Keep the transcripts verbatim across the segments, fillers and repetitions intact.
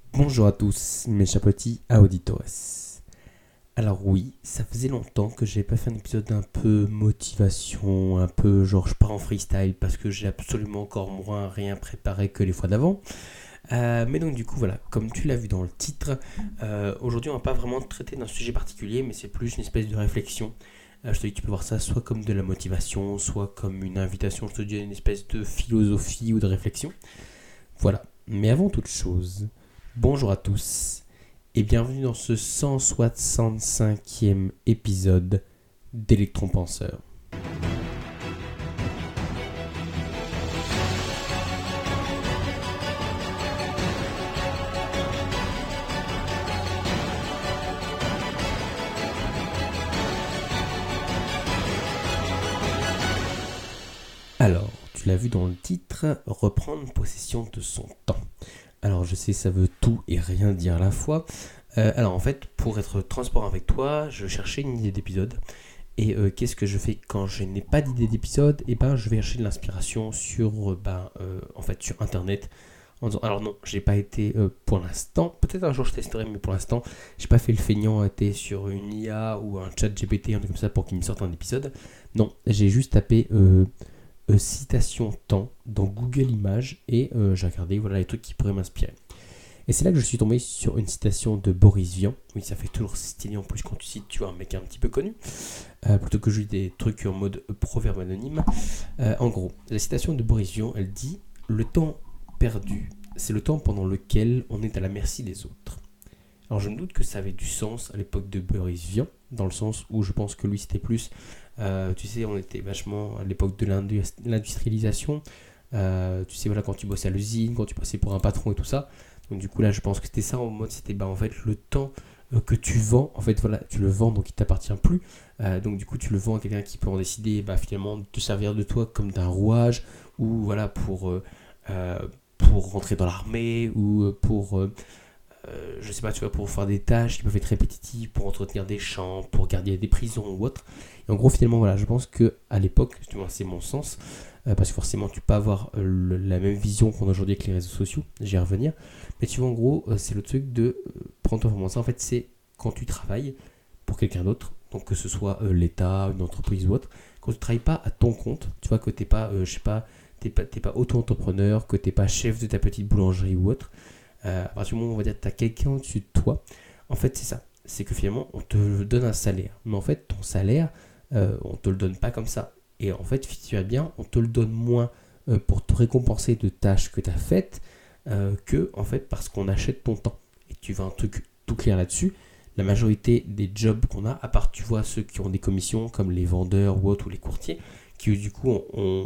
Bonjour à tous, mes chers petits auditores. Alors oui, ça faisait longtemps que j'ai pas fait un épisode un peu motivation, un peu genre je pars en freestyle parce que j'ai absolument encore moins rien préparé que les fois d'avant. Euh, mais donc du coup voilà, comme tu l'as vu dans le titre, euh, aujourd'hui on va pas vraiment traiter d'un sujet particulier, mais c'est plus une espèce de réflexion. Euh, je te dis, tu peux voir ça soit comme de la motivation, soit comme une invitation, je te dis, à une espèce de philosophie ou de réflexion. Voilà, mais avant toute chose, bonjour à tous et bienvenue dans ce cent soixante-cinquième épisode d'Electron Penseur. Alors, tu l'as vu dans le titre, reprendre possession de son temps. Alors je sais, ça veut tout et rien dire à la fois. Euh, alors en fait, pour être transparent avec toi, je cherchais une idée d'épisode. Et euh, qu'est-ce que je fais quand je n'ai pas d'idée d'épisode? Et ben, je vais chercher de l'inspiration sur, euh, ben, euh, en fait, sur Internet. En disant, alors non, j'ai pas été euh, pour l'instant. Peut-être un jour je testerai, mais pour l'instant, j'ai pas fait le feignant, été sur une I A ou un chat G P T, un truc comme ça pour qu'il me sorte un épisode. Non, j'ai juste tapé euh, euh, citation temps dans Google Images et euh, j'ai regardé voilà les trucs qui pourraient m'inspirer. Et c'est là que je suis tombé sur une citation de Boris Vian. Oui, ça fait toujours stylé en plus quand tu cites, tu vois, un mec un petit peu connu. Euh, plutôt que je lis des trucs en mode proverbe anonyme. Euh, en gros, la citation de Boris Vian, elle dit « Le temps perdu, c'est le temps pendant lequel on est à la merci des autres ». Alors je me doute que ça avait du sens à l'époque de Boris Vian, dans le sens où je pense que lui c'était plus, euh, tu sais, on était vachement à l'époque de l'industrialisation. Euh, tu sais, voilà, quand tu bossais à l'usine, quand tu passais pour un patron et tout ça. Donc du coup là je pense que c'était ça en mode, c'était bah en fait le temps euh, que tu vends, en fait voilà, tu le vends donc il t'appartient plus. Euh, donc du coup tu le vends à quelqu'un qui peut en décider bah, finalement de te servir de toi comme d'un rouage ou voilà pour, euh, euh, pour rentrer dans l'armée ou pour euh, euh, je sais pas, tu vois, pour faire des tâches qui peuvent être répétitives, pour entretenir des champs, pour garder des prisons ou autre. Et en gros finalement voilà, je pense que à l'époque, c'est mon sens, euh, parce que forcément tu peux pas avoir euh, le, la même vision qu'on a aujourd'hui avec les réseaux sociaux, j'y vais revenir. Mais tu vois en gros, euh, c'est le truc de euh, prendre toi pour ça. En fait, c'est quand tu travailles pour quelqu'un d'autre, donc que ce soit euh, l'État, une entreprise ou autre, quand tu ne travailles pas à ton compte, tu vois que t'es pas, euh, je sais pas, t'es pas, t'es pas auto-entrepreneur, que t'es pas chef de ta petite boulangerie ou autre. Euh, à partir du moment où on va dire que tu as quelqu'un au-dessus de toi, en fait c'est ça, c'est que finalement on te donne un salaire, mais en fait ton salaire, euh, on te le donne pas comme ça, et en fait si tu vas bien, on te le donne moins euh, pour te récompenser de tâches que tu as faites, euh, que en fait parce qu'on achète ton temps. Et tu veux un truc tout clair là-dessus, la majorité des jobs qu'on a, à part tu vois ceux qui ont des commissions comme les vendeurs ou autres ou les courtiers, qui du coup ont, ont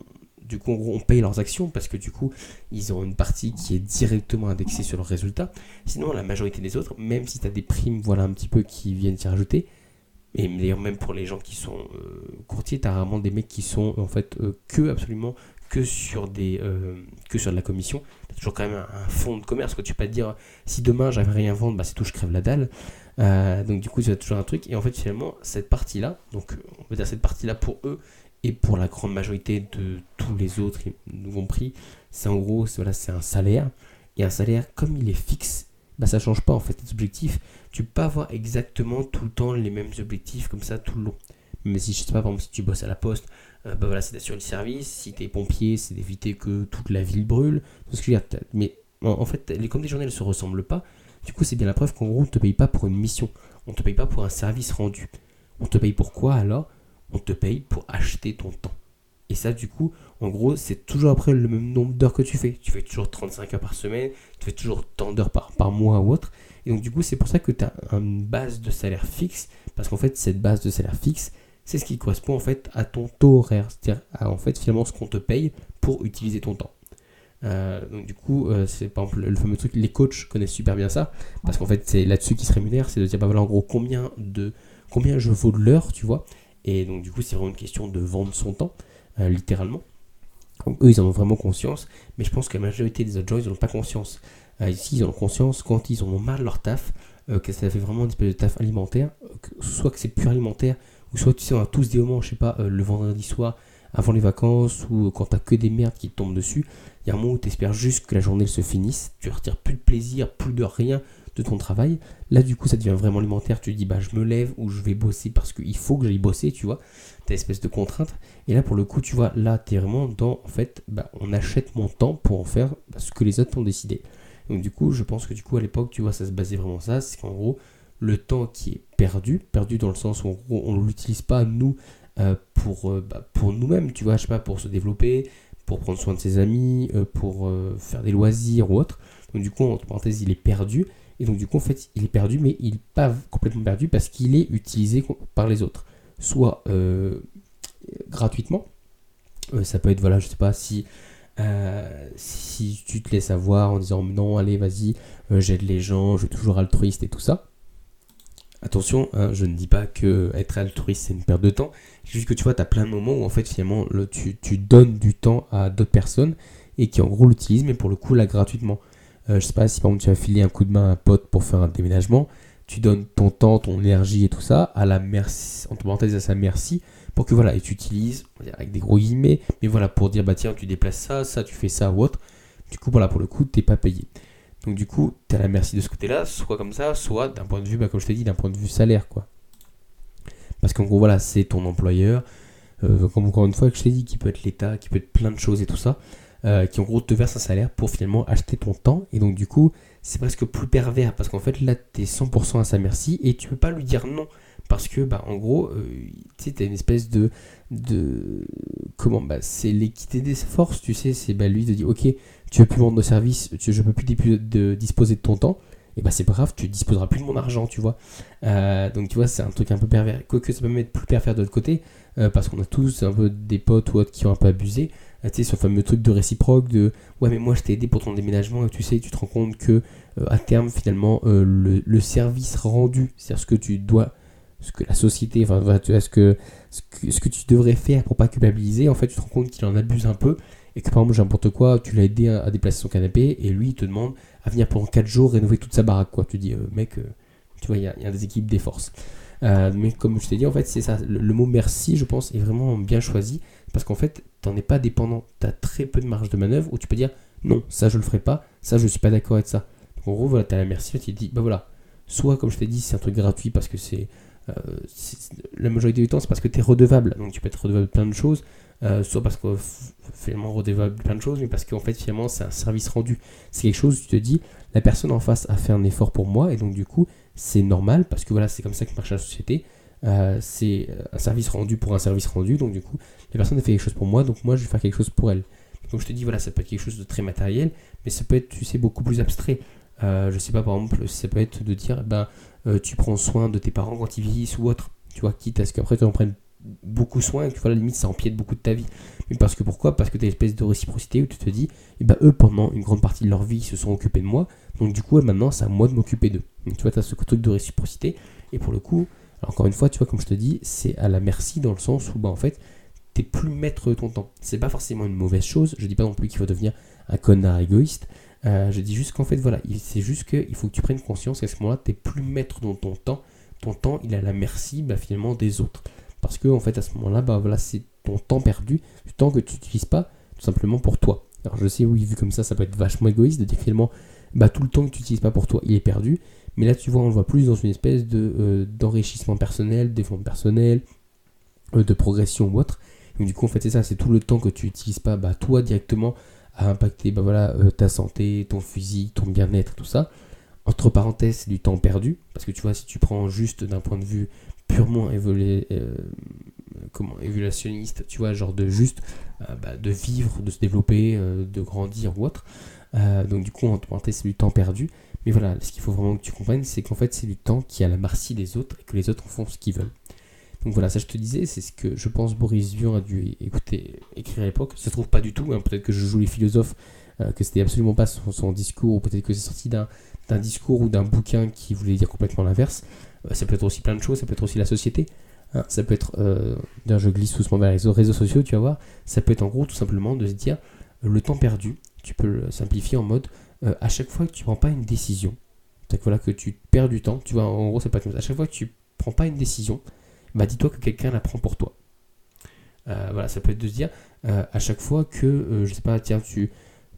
du coup, en gros, on paye leurs actions parce que du coup, ils ont une partie qui est directement indexée sur leurs résultats. Sinon, la majorité des autres, même si tu as des primes, voilà un petit peu qui viennent s'y rajouter, et d'ailleurs même pour les gens qui sont euh, courtiers, tu as rarement des mecs qui sont en fait euh, que absolument que sur des euh, que sur de la commission. Tu as toujours quand même un, un fonds de commerce, quoi. Tu peux pas te dire si demain j'avais rien à vendre, bah c'est tout, je crève la dalle. Euh, donc du coup, tu as toujours un truc. Et en fait, finalement, cette partie-là, donc on va dire cette partie-là pour eux. Et pour la grande majorité de tous les autres qui nous ont pris, c'est en gros, c'est, voilà, c'est un salaire. Et un salaire, comme il est fixe, bah ça ne change pas en fait tes objectifs. Tu peux pas avoir exactement tout le temps les mêmes objectifs comme ça tout le long. Mais si je sais pas, par exemple, si tu bosses à la poste, euh, bah voilà, c'est d'assurer le service. Si tu es pompier, c'est d'éviter que toute la ville brûle. Parce que, mais en, en fait, les, comme des journées ne se ressemblent pas, du coup, c'est bien la preuve qu'en gros, on ne te paye pas pour une mission. On ne te paye pas pour un service rendu. On te paye pour quoi alors? On te paye pour acheter ton temps. Et ça, du coup, en gros, c'est toujours après le même nombre d'heures que tu fais. Tu fais toujours trente-cinq heures par semaine, tu fais toujours tant d'heures par, par mois ou autre. Et donc, du coup, c'est pour ça que tu as une base de salaire fixe. Parce qu'en fait, cette base de salaire fixe, c'est ce qui correspond en fait à ton taux horaire. C'est-à-dire, à, en fait, finalement, ce qu'on te paye pour utiliser ton temps. Euh, donc, du coup, euh, c'est par exemple le fameux truc, les coachs connaissent super bien ça. Parce qu'en fait, c'est là-dessus qu'ils se rémunèrent. C'est de dire, bah voilà, en gros, combien, de, combien je vaux de l'heure, tu vois. Et donc du coup c'est vraiment une question de vendre son temps, euh, littéralement. Donc eux ils en ont vraiment conscience, mais je pense que la majorité des autres gens ils n'en ont pas conscience. Euh, ici ils en ont conscience quand ils en ont marre de leur taf, euh, que ça fait vraiment une espèce de taf alimentaire, euh, que, soit que c'est pur alimentaire, ou soit tu sais on a tous des moments, je sais pas, euh, le vendredi soir, avant les vacances ou quand t'as que des merdes qui te tombent dessus, il y a un moment où t'espères juste que la journée se finisse, tu retires plus de plaisir, plus de rien de ton travail. Là du coup ça devient vraiment alimentaire, tu te dis bah je me lève ou je vais bosser parce qu'il faut que j'aille bosser, tu vois, t'as une espèce de contrainte. Et là pour le coup tu vois, là t'es vraiment dans, en fait, bah, on achète mon temps pour en faire bah, ce que les autres ont décidé. Donc du coup je pense que du coup à l'époque tu vois ça se basait vraiment ça, c'est qu'en gros le temps qui est perdu, perdu dans le sens où en gros, on ne l'utilise pas nous euh, pour, euh, bah, pour nous-mêmes, tu vois, je sais pas, pour se développer, pour prendre soin de ses amis, euh, pour euh, faire des loisirs ou autre. Donc du coup, entre parenthèses, il est perdu. Et donc du coup, en fait, il est perdu, mais il n'est pas complètement perdu parce qu'il est utilisé par les autres. Soit euh, gratuitement, euh, ça peut être, voilà, je sais pas, si, euh, si tu te laisses avoir en disant non, allez, vas-y, euh, j'aide les gens, je suis toujours altruiste et tout ça. Attention, hein, je ne dis pas que être altruiste c'est une perte de temps. C'est juste que tu vois, tu as plein de moments où en fait finalement le, tu, tu donnes du temps à d'autres personnes et qui en gros l'utilisent, mais pour le coup là gratuitement. Euh, je sais pas si par exemple tu as filé un coup de main à un pote pour faire un déménagement, tu donnes ton temps, ton énergie et tout ça à la merci, entre parenthèses à sa merci, pour que voilà, et tu utilises, on va dire, avec des gros guillemets, mais voilà, pour dire bah tiens, tu déplaces ça, ça, tu fais ça ou autre. Du coup, voilà, pour le coup, t'es pas payé. Donc du coup, tu as la merci de ce côté-là, soit comme ça, soit d'un point de vue, bah, comme je t'ai dit, d'un point de vue salaire, quoi. Parce qu'en gros, voilà, c'est ton employeur, euh, comme encore une fois, que je t'ai dit, qui peut être l'État, qui peut être plein de choses et tout ça, euh, qui en gros te verse un salaire pour finalement acheter ton temps. Et donc du coup, c'est presque plus pervers, parce qu'en fait, là, tu es cent pour cent à sa merci, et tu peux pas lui dire non. Parce que, bah, en gros, euh, tu sais, tu as une espèce de... de comment bah, c'est l'équité des forces, tu sais, c'est bah, lui de dire, ok, tu veux plus vendre nos services, tu, je peux plus de, de disposer de ton temps, et bah c'est pas grave, tu disposeras plus de mon argent, tu vois. Euh, donc tu vois, c'est un truc un peu pervers. Quoique ça peut même être plus pervers de l'autre côté, euh, parce qu'on a tous un peu des potes ou autres qui ont un peu abusé. Euh, tu sais, ce fameux truc de réciproque, de ouais, mais moi je t'ai aidé pour ton déménagement, et tu sais, tu te rends compte que euh, à terme, finalement, euh, le, le service rendu, c'est-à-dire ce que tu dois, ce que la société, enfin, ce que, ce que, ce que tu devrais faire pour pas culpabiliser, en fait, tu te rends compte qu'il en abuse un peu. Et que par exemple, n'importe quoi, tu l'as aidé à, à déplacer son canapé et lui, il te demande à venir pendant quatre jours rénover toute sa baraque, quoi. Tu dis, euh, mec, euh, tu vois, il y, y a des équipes, des forces. Euh, mais comme je t'ai dit, en fait, c'est ça. Le, le mot merci, je pense, est vraiment bien choisi parce qu'en fait, tu n'en es pas dépendant. Tu as très peu de marge de manœuvre où tu peux dire, non, ça, je le ferai pas, ça, je suis pas d'accord avec ça. Donc, en gros, voilà, tu as la merci, tu te dis, bah voilà, soit, comme je t'ai dit, c'est un truc gratuit parce que c'est. Euh, c'est la majorité du temps, c'est parce que tu es redevable. Donc, tu peux être redevable de plein de choses. Euh, soit parce que finalement redevable plein de choses, mais parce qu'en fait finalement c'est un service rendu, c'est quelque chose où tu te dis la personne en face a fait un effort pour moi et donc du coup c'est normal parce que voilà c'est comme ça que marche la société, euh, c'est un service rendu pour un service rendu, donc du coup la personne a fait quelque chose pour moi, donc moi je vais faire quelque chose pour elle. Donc je te dis voilà, ça peut être quelque chose de très matériel, mais ça peut être, tu sais, beaucoup plus abstrait. Euh, je sais pas, par exemple, ça peut être de dire ben euh, tu prends soin de tes parents quand ils vieillissent ou autre, tu vois, quitte à ce qu'après tu en prennes beaucoup soin et que tu vois, à la limite ça empiète beaucoup de ta vie. Mais parce que pourquoi? Parce que tu as une espèce de réciprocité où tu te dis eh ben, eux pendant une grande partie de leur vie ils se sont occupés de moi, donc du coup maintenant c'est à moi de m'occuper d'eux. Donc tu vois, tu as ce truc de réciprocité et pour le coup, alors, encore une fois, tu vois, comme je te dis, c'est à la merci dans le sens où bah, en fait t'es plus maître de ton temps. C'est pas forcément une mauvaise chose, je dis pas non plus qu'il faut devenir un connard égoïste, euh, je dis juste qu'en fait voilà, c'est juste qu'il faut que tu prennes conscience qu'à ce moment là t'es plus maître dans ton temps, ton temps il est à la merci bah, finalement des autres. Parce que en fait à ce moment-là, bah voilà, c'est ton temps perdu, du temps que tu n'utilises pas tout simplement pour toi. Alors je sais, oui, vu comme ça, ça peut être vachement égoïste de dire finalement, bah tout le temps que tu n'utilises pas pour toi, il est perdu. Mais là, tu vois, on le voit plus dans une espèce de euh, d'enrichissement personnel, de développement personnel, euh, de progression ou autre. Donc du coup, en fait, c'est ça, c'est tout le temps que tu n'utilises pas, bah toi directement, à impacter, bah voilà, euh, ta santé, ton physique, ton bien-être, tout ça. Entre parenthèses, c'est du temps perdu, parce que tu vois, si tu prends juste d'un point de vue purement évolué, euh, comment, évolutionniste, tu vois, genre de juste euh, bah, de vivre, de se développer, euh, de grandir ou autre. Euh, donc du coup, entre parenthèses, c'est du temps perdu. Mais voilà, ce qu'il faut vraiment que tu comprennes, c'est qu'en fait, c'est du temps qui est à la merci des autres et que les autres en font ce qu'ils veulent. Donc voilà, ça je te disais, c'est ce que je pense Boris Vian a dû écouter, écrire à l'époque. Ça se trouve pas du tout, hein, peut-être que je joue les philosophes, euh, que c'était absolument pas son, son discours, ou peut-être que c'est sorti d'un, d'un discours ou d'un bouquin qui voulait dire complètement l'inverse. Euh, ça peut être aussi plein de choses, ça peut être aussi la société. Hein, ça peut être, euh, d'ailleurs je glisse doucement vers les réseaux, réseaux sociaux, tu vas voir, ça peut être en gros tout simplement de se dire, euh, le temps perdu, tu peux le simplifier en mode, euh, à chaque fois que tu prends pas une décision, c'est-à-dire que, voilà, que tu perds du temps, tu vois, en gros ça peut être comme ça, à chaque fois que tu prends pas une décision, bah dis-toi que quelqu'un la prend pour toi. Euh, voilà, ça peut être de se dire euh, à chaque fois que, euh, je sais pas, tiens, tu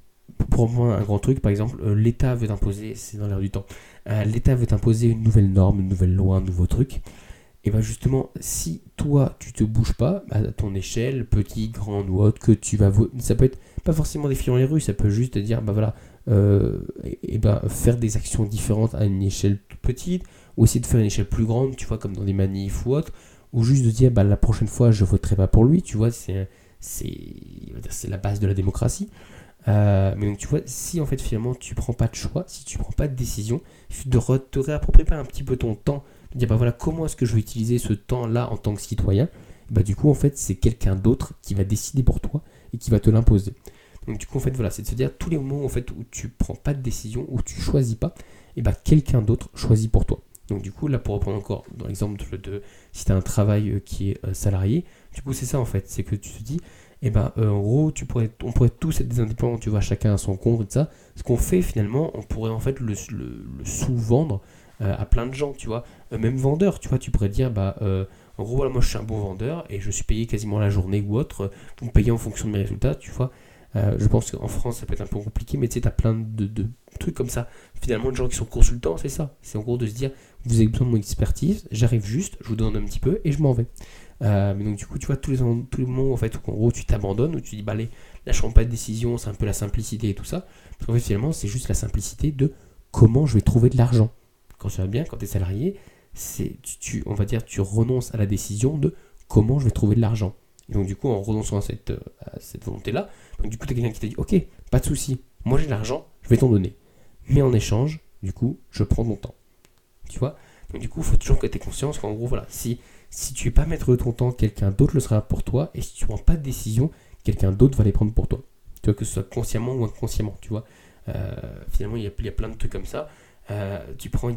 pour prendre un grand truc, par exemple, euh, l'État veut t'imposer, c'est dans l'air du temps, euh, l'État veut t'imposer une nouvelle norme, une nouvelle loi, un nouveau truc. Et bien justement, si toi, tu te bouges pas, à ton échelle, petit, grand ou autre, que tu vas... Vo- ça peut être pas forcément défier dans les rues, ça peut juste te dire, bah voilà, euh, et, et ben, faire des actions différentes à une échelle toute petite, ou essayer de faire une échelle plus grande, tu vois, comme dans des manifs ou autre, ou juste de dire, bah la prochaine fois, je voterai pas pour lui, tu vois, c'est, c'est, c'est la base de la démocratie. Euh, mais donc tu vois, si en fait finalement tu prends pas de choix, si tu prends pas de décision, il suffit de re- te réapproprier un petit peu ton temps, de dire bah voilà comment est-ce que je vais utiliser ce temps-là en tant que citoyen, bah du coup en fait c'est quelqu'un d'autre qui va décider pour toi et qui va te l'imposer. Donc du coup en fait voilà, c'est de se dire tous les moments en fait où tu prends pas de décision, où tu choisis pas, et bah quelqu'un d'autre choisit pour toi. Donc du coup là pour reprendre encore dans l'exemple de, de si tu as un travail euh, qui est euh, salarié, du coup c'est ça en fait, c'est que tu te dis et ben euh, en gros tu pourrais, on pourrait tous être des indépendants, tu vois, chacun à son compte et tout ça. Ce qu'on fait finalement, on pourrait en fait le, le, le sous-vendre euh, à plein de gens, tu vois. Euh, même vendeur, tu vois, tu pourrais dire bah euh, en gros voilà, moi je suis un bon vendeur et je suis payé quasiment la journée ou autre, vous me payez en fonction de mes résultats, tu vois. Euh, je pense qu'en France ça peut être un peu compliqué, mais tu sais, t'as plein de, de trucs comme ça. Finalement, de gens qui sont consultants, c'est ça. C'est en gros de se dire vous avez besoin de mon expertise, j'arrive juste, je vous donne un petit peu et je m'en vais. Euh, mais donc du coup tu vois tous les, tous les moments en fait où en gros tu t'abandonnes, où tu dis bah allez, là je prends pas de décision, c'est un peu la simplicité et tout ça, parce qu'en fait finalement c'est juste la simplicité de comment je vais trouver de l'argent. Quand ça va bien, quand tu es salarié, c'est, tu, tu, on va dire tu renonces à la décision de comment je vais trouver de l'argent. Et donc du coup en renonçant à cette, à cette volonté là, donc du coup tu as quelqu'un qui te dit ok, pas de souci, moi j'ai de l'argent, je vais t'en donner, mais en échange du coup je prends mon temps, tu vois. Donc du coup il faut toujours que tu aies conscience qu'en gros voilà, si Si tu ne veux pas mettre de ton temps, quelqu'un d'autre le sera pour toi. Et si tu ne prends pas de décision, quelqu'un d'autre va les prendre pour toi. Tu vois, que ce soit consciemment ou inconsciemment, tu vois. Euh, finalement, il y, a, il y a plein de trucs comme ça. Euh, tu prends,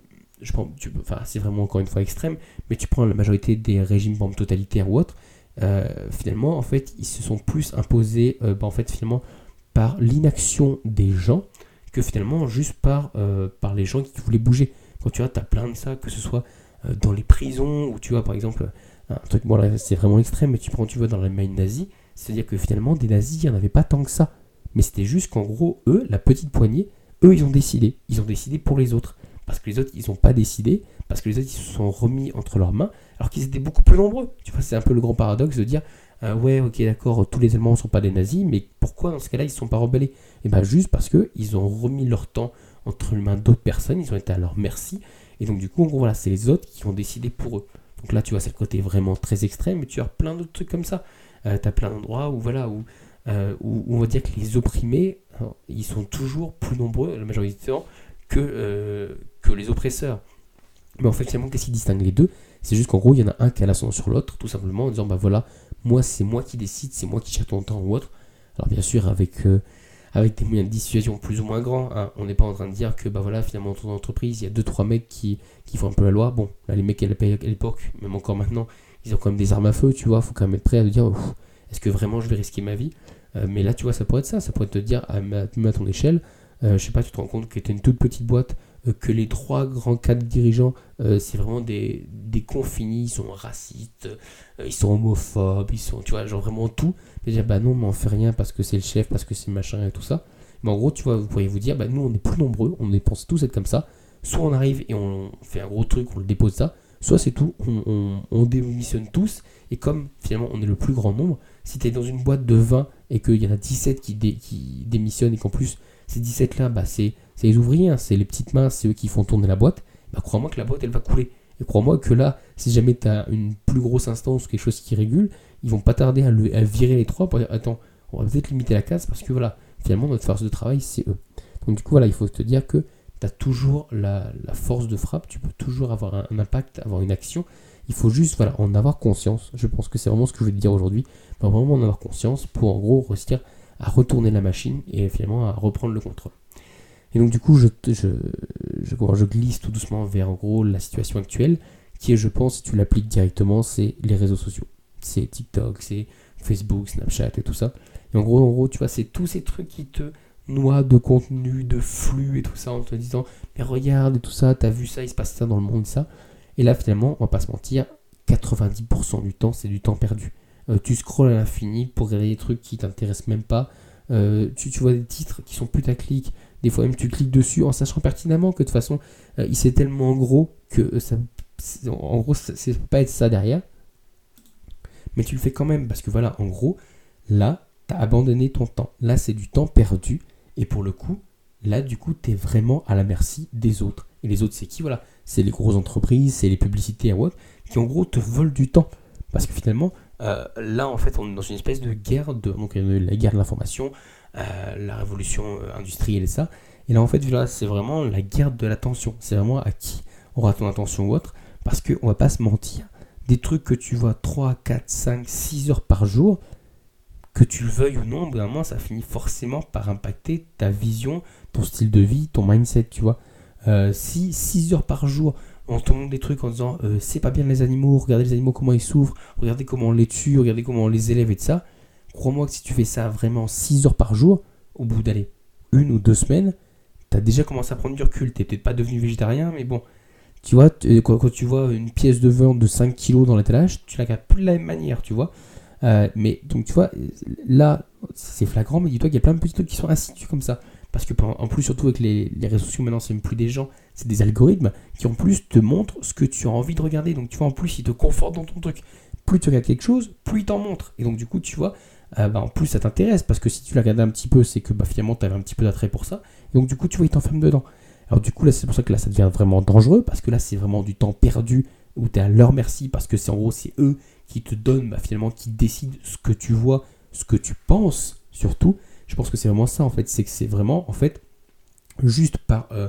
je prends tu, enfin, c'est vraiment encore une fois extrême, mais tu prends la majorité des régimes bombes totalitaires ou autres. Euh, finalement, en fait, ils se sont plus imposés, euh, bah, en fait, finalement, par l'inaction des gens que finalement juste par, euh, par les gens qui voulaient bouger. Quand tu vois, tu as plein de ça, que ce soit dans les prisons, où tu vois par exemple un truc, bon là c'est vraiment extrême, mais tu prends, tu vois dans l'Allemagne nazie, c'est-à-dire que finalement des nazis il n'y en avait pas tant que ça, mais c'était juste qu'en gros eux, la petite poignée, eux ils ont décidé, ils ont décidé pour les autres, parce que les autres ils n'ont pas décidé, parce que les autres ils se sont remis entre leurs mains, alors qu'ils étaient beaucoup plus nombreux, tu vois, c'est un peu le grand paradoxe de dire euh, ouais ok d'accord, tous les Allemands ne sont pas des nazis, mais pourquoi dans ce cas-là ils ne sont pas rebellés? Et bien juste parce qu'ils ont remis leur temps entre les mains d'autres personnes, ils ont été à leur merci. Et donc du coup, en gros, voilà, c'est les autres qui ont décidé pour eux. Donc là, tu vois, c'est le côté vraiment très extrême, mais tu as plein d'autres trucs comme ça. Euh, tu as plein d'endroits où, voilà, où, euh, où, où on va dire que les opprimés, hein, ils sont toujours plus nombreux, la majorité du temps, que, euh, que les oppresseurs. Mais en fait, finalement, qu'est-ce qui distingue les deux? C'est juste qu'en gros, il y en a un qui a l'ascendant sur l'autre, tout simplement, en disant, bah voilà, moi, c'est moi qui décide, c'est moi qui gère ton temps ou autre. Alors bien sûr, avec... Euh, avec des moyens de dissuasion plus ou moins grands, hein. On n'est pas en train de dire que bah voilà, finalement dans ton entreprise il y a deux trois mecs qui, qui font un peu la loi. Bon, là les mecs à l'époque, même encore maintenant, ils ont quand même des armes à feu, tu vois, faut quand même être prêt à te dire est-ce que vraiment je vais risquer ma vie? euh, mais là tu vois, ça pourrait être ça, ça pourrait te dire à, à, à ton échelle, euh, je sais pas, tu te rends compte que tu es une toute petite boîte, euh, que les trois grands cadres dirigeants, euh, c'est vraiment des, des cons finis, ils sont racistes, euh, ils sont homophobes, ils sont, tu vois, genre vraiment tout. Et dire bah non, mais on fait rien parce que c'est le chef, parce que c'est machin et tout ça. Mais en gros, tu vois, vous pourriez vous dire bah nous on est plus nombreux, on est pensé tous être comme ça. Soit on arrive et on fait un gros truc, on le dépose ça, soit c'est tout, on, on, on démissionne tous. Et comme finalement on est le plus grand nombre, si tu es dans une boîte de vingt et qu'il y en a dix-sept qui, dé, qui démissionnent et qu'en plus ces dix-sept là, bah c'est, c'est les ouvriers, hein, c'est les petites mains, c'est eux qui font tourner la boîte, bah crois-moi que la boîte elle va couler. Et crois-moi que là, si jamais tu as une plus grosse instance ou quelque chose qui régule, ils vont pas tarder à, le, à virer les trois pour dire attends, on va peut-être limiter la casse parce que voilà, finalement notre force de travail c'est eux. Donc du coup voilà, il faut te dire que tu as toujours la, la force de frappe, tu peux toujours avoir un, un impact, avoir une action. Il faut juste voilà, en avoir conscience. Je pense que c'est vraiment ce que je vais te dire aujourd'hui. Il faut vraiment en avoir conscience pour en gros réussir à retourner la machine et finalement à reprendre le contrôle. Et donc du coup, je, je, je, je glisse tout doucement vers en gros la situation actuelle, qui est, je pense, si tu l'appliques directement, c'est les réseaux sociaux. C'est TikTok, c'est Facebook, Snapchat et tout ça. Et en gros, en gros, tu vois, c'est tous ces trucs qui te noient de contenu, de flux et tout ça, en te disant, mais regarde et tout ça, t'as vu ça, il se passe ça dans le monde, ça. Et là, finalement, on va pas se mentir, quatre-vingt-dix pour cent du temps, c'est du temps perdu. euh, tu scrolles à l'infini pour regarder des trucs qui t'intéressent même pas. Euh, tu, tu vois des titres qui sont putaclic. Des fois même tu cliques dessus en sachant pertinemment que de toute façon, euh, il c'est tellement gros que ça, c'est, en gros, ça, c'est pas être ça derrière. Mais tu le fais quand même parce que voilà, en gros, là, tu as abandonné ton temps. Là, c'est du temps perdu. Et pour le coup, là, du coup, tu es vraiment à la merci des autres. Et les autres, c'est qui? Voilà, c'est les grosses entreprises, c'est les publicités et autres, qui en gros te volent du temps. Parce que finalement, euh, là, en fait, on est dans une espèce de guerre, de, donc euh, la guerre de l'information, euh, la révolution euh, industrielle et ça. Et là, en fait, là, c'est vraiment la guerre de l'attention. C'est vraiment à qui aura ton attention ou autre. Parce qu'on va pas se mentir, des trucs que tu vois trois, quatre, cinq, six heures par jour, que tu le veuilles ou non, au bout d'un moment, ça finit forcément par impacter ta vision, ton style de vie, ton mindset, tu vois. Euh, si six heures par jour, on te montre des trucs en disant euh, c'est pas bien les animaux, regardez les animaux comment ils souffrent, regardez comment on les tue, regardez comment on les élève et de ça, crois-moi que si tu fais ça vraiment six heures par jour, au bout d'aller une ou deux semaines, t'as déjà commencé à prendre du recul. T'es peut-être pas devenu végétarien, mais bon, tu vois, t- quand, quand tu vois une pièce de viande de cinq kilos dans l'étalage, tu la regardes plus de la même manière, tu vois. Euh, mais donc tu vois, là, c'est flagrant, mais dis-toi qu'il y a plein de petits trucs qui sont insidieux comme ça. Parce que en plus, surtout avec les, les réseaux sociaux, maintenant, c'est même plus des gens, c'est des algorithmes qui en plus te montrent ce que tu as envie de regarder. Donc tu vois, en plus, ils te confortent dans ton truc. Plus tu regardes quelque chose, plus ils t'en montrent. Et donc du coup, tu vois, euh, bah, en plus, ça t'intéresse. Parce que si tu la regardes un petit peu, c'est que bah, finalement, tu avais un petit peu d'attrait pour ça. Et donc du coup, tu vois, ils t'enferment dedans. Alors du coup, là, c'est pour ça que là, ça devient vraiment dangereux. Parce que là, c'est vraiment du temps perdu où tu es à leur merci. Parce que c'est en gros, c'est eux qui te donnent, bah, finalement, qui décident ce que tu vois, ce que tu penses, surtout. Je pense que c'est vraiment ça, en fait. C'est que c'est vraiment, en fait, juste par, euh,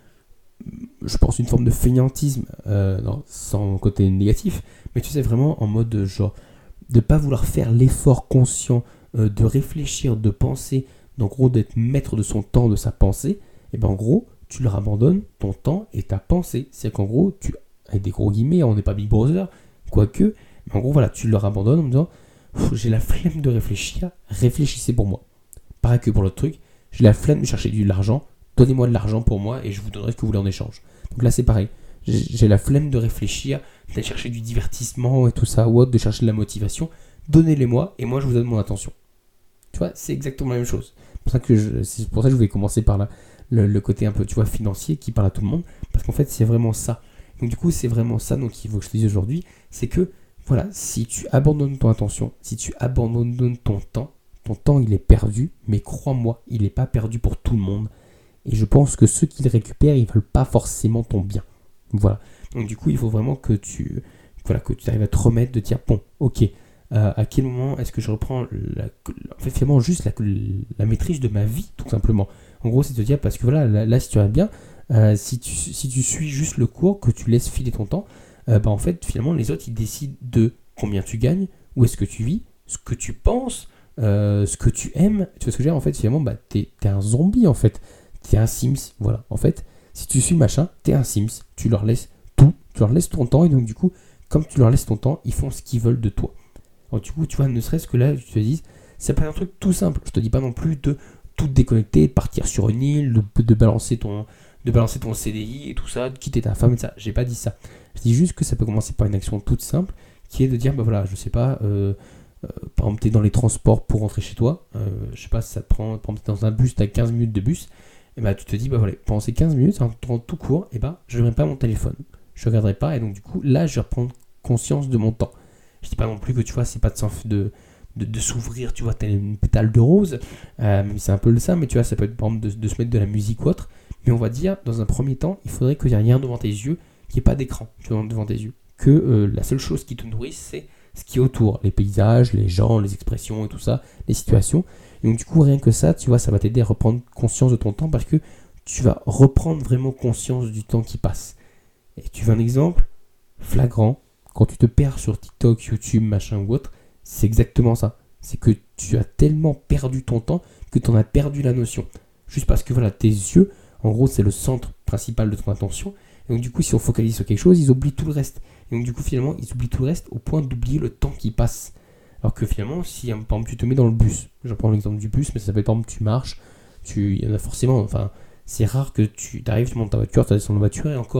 je pense, une forme de fainéantisme, euh, non, sans côté négatif, mais tu sais, vraiment en mode, euh, genre, de pas vouloir faire l'effort conscient, euh, de réfléchir, de penser, en gros, d'être maître de son temps, de sa pensée, et ben en gros, tu leur abandonnes ton temps et ta pensée. C'est qu'en gros, tu, avec des gros guillemets, on n'est pas Big Brother, quoique, mais en gros, voilà, tu leur abandonnes en me disant, j'ai la flemme de réfléchir, réfléchissez pour moi. Pareil que pour l'autre truc, j'ai la flemme de chercher de l'argent, donnez-moi de l'argent pour moi et je vous donnerai ce que vous voulez en échange. Donc là c'est pareil, j'ai, j'ai la flemme de réfléchir, d'aller chercher du divertissement et tout ça, ou autre, de chercher de la motivation, donnez-les-moi et moi je vous donne mon attention. Tu vois, c'est exactement la même chose. C'est pour ça que je, c'est pour ça que je voulais commencer par là, le, le côté un peu, tu vois, financier qui parle à tout le monde, parce qu'en fait c'est vraiment ça. Donc du coup c'est vraiment ça donc il faut que je te dise aujourd'hui, c'est que voilà, si tu abandonnes ton attention, si tu abandonnes ton temps, ton temps, il est perdu, mais crois-moi, il n'est pas perdu pour tout le monde. Et je pense que ceux qui le récupèrent, ils ne veulent pas forcément ton bien. Voilà. Donc du coup, il faut vraiment que tu, voilà, que tu arrives à te remettre, de dire, bon, ok, euh, à quel moment est-ce que je reprends la, en fait, finalement, juste la, la maîtrise de ma vie, tout simplement. En gros, c'est de dire, parce que voilà, là, là si tu regardes bien, euh, si, tu, si tu suis juste le cours, que tu laisses filer ton temps, euh, bah, en fait, finalement, les autres, ils décident de combien tu gagnes, où est-ce que tu vis, ce que tu penses, Euh, ce que tu aimes, tu vois ce que je veux dire, en fait, finalement, bah, t'es, t'es un zombie, en fait. T'es un Sims, voilà. En fait, si tu suis machin, t'es un Sims. Tu leur laisses tout, tu leur laisses ton temps, et donc, du coup, comme tu leur laisses ton temps, ils font ce qu'ils veulent de toi. Alors, du coup, tu vois, ne serait-ce que là, tu te dis, c'est pas un truc tout simple. Je te dis pas non plus de tout déconnecter, de partir sur une île, de, de balancer ton, de balancer ton C D I et tout ça, de quitter ta femme et ça. J'ai pas dit ça. Je dis juste que ça peut commencer par une action toute simple, qui est de dire, bah voilà, je sais pas, euh, Euh, par exemple, tu es dans les transports pour rentrer chez toi, euh, je sais pas si ça te prend, par exemple, tu es dans un bus, tu as quinze minutes de bus, et bah tu te dis, bah voilà, pendant ces quinze minutes, en temps tout court, et bah je ne verrai pas mon téléphone, je ne regarderai pas, et donc du coup, là, je vais reprendre conscience de mon temps. Je dis pas non plus que tu vois, c'est pas de, de, de, de s'ouvrir, tu vois, t'as une pétale de rose, euh, même si c'est un peu ça, mais tu vois, ça peut être par exemple de, de se mettre de la musique ou autre, mais on va dire, dans un premier temps, il faudrait qu'il n'y ait rien devant tes yeux, qu'il n'y ait pas d'écran devant tes yeux, que euh, la seule chose qui te nourrisse, c'est ce qui est autour, les paysages, les gens, les expressions et tout ça, les situations. Et donc du coup, rien que ça, tu vois, ça va t'aider à reprendre conscience de ton temps parce que tu vas reprendre vraiment conscience du temps qui passe. Et tu veux un exemple flagrant, quand tu te perds sur TikTok, YouTube, machin ou autre, c'est exactement ça. C'est que tu as tellement perdu ton temps que tu en as perdu la notion. Juste parce que voilà, tes yeux, en gros, c'est le centre principal de ton attention. Et donc du coup, si on focalise sur quelque chose, ils oublient tout le reste. Et donc du coup, finalement, ils oublient tout le reste au point d'oublier le temps qui passe. Alors que finalement, si par exemple tu te mets dans le bus, je prends l'exemple du bus, mais ça s'appelle par exemple tu marches, tu, il y en a forcément, enfin, c'est rare que tu arrives, tu montes ta voiture, tu descends de la voiture et encore,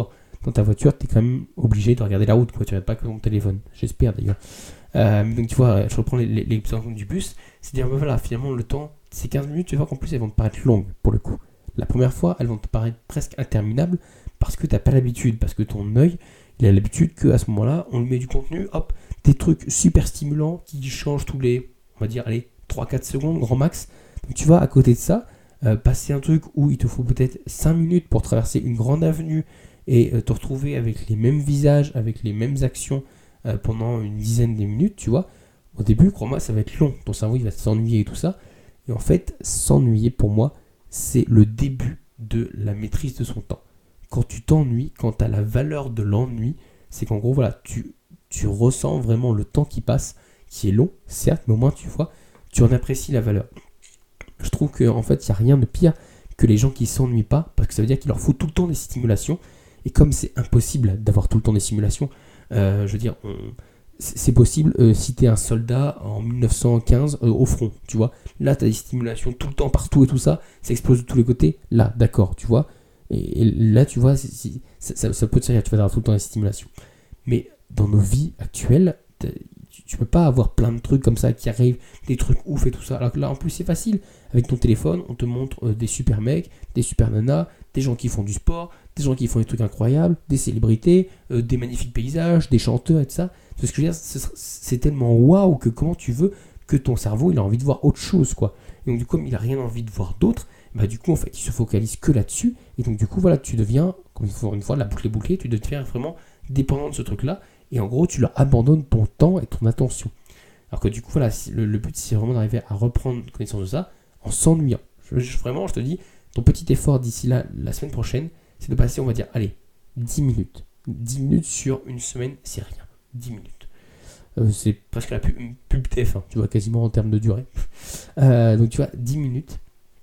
dans ta voiture, tu es quand même obligé de regarder la route, quoi. Tu regardes pas que ton téléphone, j'espère d'ailleurs. Euh, donc tu vois, je reprends les, les, les exemples du bus, c'est-à-dire, ben voilà, finalement, le temps, ces quinze minutes, tu vois qu'en plus, elles vont te paraître longues, pour le coup. La première fois, elles vont te paraître presque interminables, parce que tu n'as pas l'habitude, parce que ton œil, il a l'habitude qu'à ce moment-là, on lui met du contenu, hop, des trucs super stimulants qui changent tous les, on va dire, allez, trois à quatre secondes, grand max. Donc tu vois, à côté de ça, euh, passer un truc où il te faut peut-être cinq minutes pour traverser une grande avenue et euh, te retrouver avec les mêmes visages, avec les mêmes actions euh, pendant une dizaine de minutes, tu vois. Au début, crois-moi, ça va être long. Ton cerveau, il va s'ennuyer et tout ça. Et en fait, s'ennuyer, pour moi, c'est le début de la maîtrise de son temps. Quand tu t'ennuies, quand tu as la valeur de l'ennui, c'est qu'en gros, voilà, tu, tu ressens vraiment le temps qui passe, qui est long, certes, mais au moins, tu vois, tu en apprécies la valeur. Je trouve qu'en fait, il n'y a rien de pire que les gens qui ne s'ennuient pas, parce que ça veut dire qu'il leur faut tout le temps des stimulations. Et comme c'est impossible d'avoir tout le temps des simulations, euh, je veux dire, on, c'est possible euh, si tu es un soldat en mille neuf cent quinze euh, au front, tu vois. Là, tu as des stimulations tout le temps, partout et tout ça, ça explose de tous les côtés. Là, d'accord, tu vois. Et, et là, tu vois, c'est, c'est, ça, ça peut te servir, tu vas avoir tout le temps des stimulations. Mais dans nos vies actuelles, tu peux pas avoir plein de trucs comme ça qui arrivent, des trucs ouf et tout ça. Alors que là, en plus, c'est facile. Avec ton téléphone, on te montre euh, des super mecs, des super nanas, des gens qui font du sport, des gens qui font des trucs incroyables, des célébrités, euh, des magnifiques paysages, des chanteurs et tout ça. Ce que je veux dire, c'est, c'est tellement waouh que comment tu veux que ton cerveau, il a envie de voir autre chose, quoi. Et donc, du coup, comme il a rien envie de voir d'autre, bah, du coup, en fait, il se focalise que là-dessus. Et donc, du coup, voilà, tu deviens, comme une fois, la boucle est bouclée, tu deviens vraiment dépendant de ce truc-là. Et en gros, tu leur abandonnes ton temps et ton attention. Alors que du coup, voilà, le, le but, c'est vraiment d'arriver à reprendre connaissance de ça en s'ennuyant. Je, je, vraiment, je te dis, ton petit effort d'ici là, la semaine prochaine, c'est de passer, on va dire, allez, dix minutes. dix minutes sur une semaine, c'est rien. dix minutes. Euh, c'est presque la pub, pub T F un, tu vois, quasiment en termes de durée. Euh, donc, tu vois, dix minutes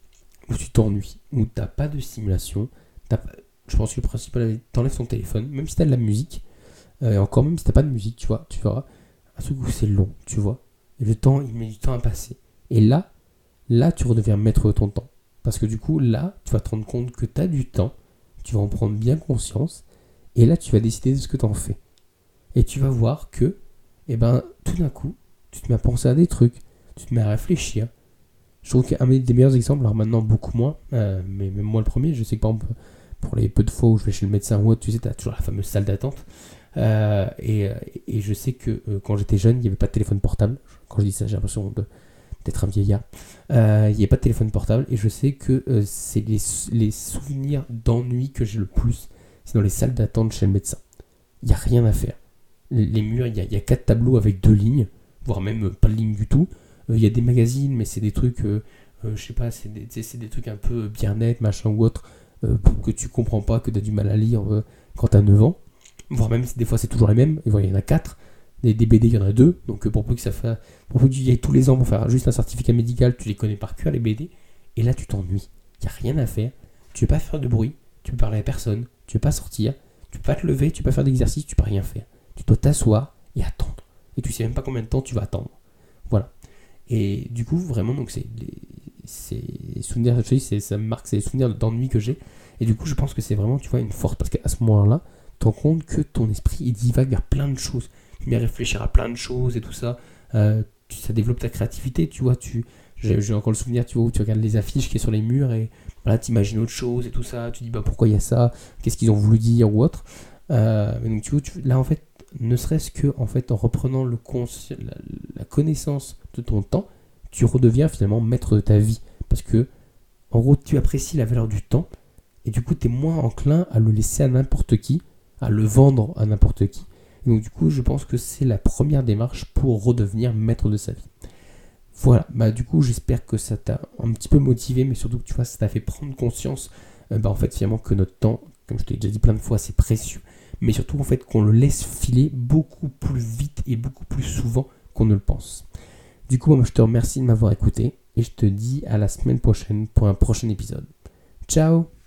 où tu t'ennuies, où tu n'as pas de stimulation. T'as, je pense que le principal, t'enlèves ton téléphone, même si tu as de la musique. Et euh, encore même si t'as pas de musique, tu vois, tu verras un truc où c'est long, tu vois. Et le temps, il met du temps à passer. Et là, là, tu redeviens maître de ton temps. Parce que du coup, là, tu vas te rendre compte que tu as du temps, tu vas en prendre bien conscience, et là, tu vas décider de ce que tu en fais. Et tu vas voir que, eh ben, tout d'un coup, tu te mets à penser à des trucs, tu te mets à réfléchir. Je trouve qu'un des meilleurs exemples, alors maintenant beaucoup moins, euh, mais même moi le premier, je sais que par exemple, pour les peu de fois où je vais chez le médecin ou autre, tu sais, tu as toujours la fameuse salle d'attente. Euh, et, et je sais que euh, quand j'étais jeune, il n'y avait pas de téléphone portable. Quand je dis ça, j'ai l'impression de, d'être un vieillard. Euh, il n'y avait pas de téléphone portable. Et je sais que euh, c'est les, les souvenirs d'ennui que j'ai le plus. C'est dans les salles d'attente chez le médecin. Il n'y a rien à faire. Les, les murs, il y, a, il y a quatre tableaux avec deux lignes, voire même euh, pas de ligne du tout. Euh, il y a des magazines, mais c'est des trucs, euh, euh, je sais pas, c'est des, c'est des trucs un peu bien-être, machin ou autre, euh, que tu comprends pas, que tu as du mal à lire euh, quand tu as neuf ans. Voire même des fois c'est toujours les mêmes, il y en a quatre, des, des B D il y en a deux, donc pour peu que ça fasse, pour peu que tu y ailles tous les ans pour faire juste un certificat médical, tu les connais par cœur les B D, et là tu t'ennuies, il n'y a rien à faire, tu ne veux pas faire de bruit, tu ne peux parler à personne, tu ne veux pas sortir, tu ne peux pas te lever, tu ne peux pas faire d'exercice, tu ne peux rien faire, tu dois t'asseoir et attendre, et tu sais même pas combien de temps tu vas attendre, voilà. Et du coup vraiment donc c'est les, c'est les souvenirs, je te dis, c'est, ça me marque, c'est les souvenirs d'ennui que j'ai, et du coup je pense que c'est vraiment, tu vois, une force, parce qu'à ce moment-là, tu te rends compte que ton esprit il divague vers plein de choses, tu mets à réfléchir à plein de choses et tout ça, euh, tu, ça développe ta créativité, tu vois, tu, j'ai, j'ai encore le souvenir, tu vois, où tu regardes les affiches qui sont sur les murs et voilà, tu imagines autre chose et tout ça, tu dis bah pourquoi il y a ça, qu'est-ce qu'ils ont voulu dire ou autre, euh, donc tu vois, tu, là en fait, ne serait-ce que en fait en reprenant le consci- la, la connaissance de ton temps, tu redeviens finalement maître de ta vie, parce que en gros tu apprécies la valeur du temps et du coup tu es moins enclin à le laisser à n'importe qui, à le vendre à n'importe qui. Et donc du coup je pense que c'est la première démarche pour redevenir maître de sa vie. Voilà, bah du coup j'espère que ça t'a un petit peu motivé, mais surtout que tu vois ça t'a fait prendre conscience euh, bah en fait finalement que notre temps, comme je t'ai déjà dit plein de fois, c'est précieux, mais surtout en fait qu'on le laisse filer beaucoup plus vite et beaucoup plus souvent qu'on ne le pense. Du coup moi je te remercie de m'avoir écouté et je te dis à la semaine prochaine pour un prochain épisode. Ciao.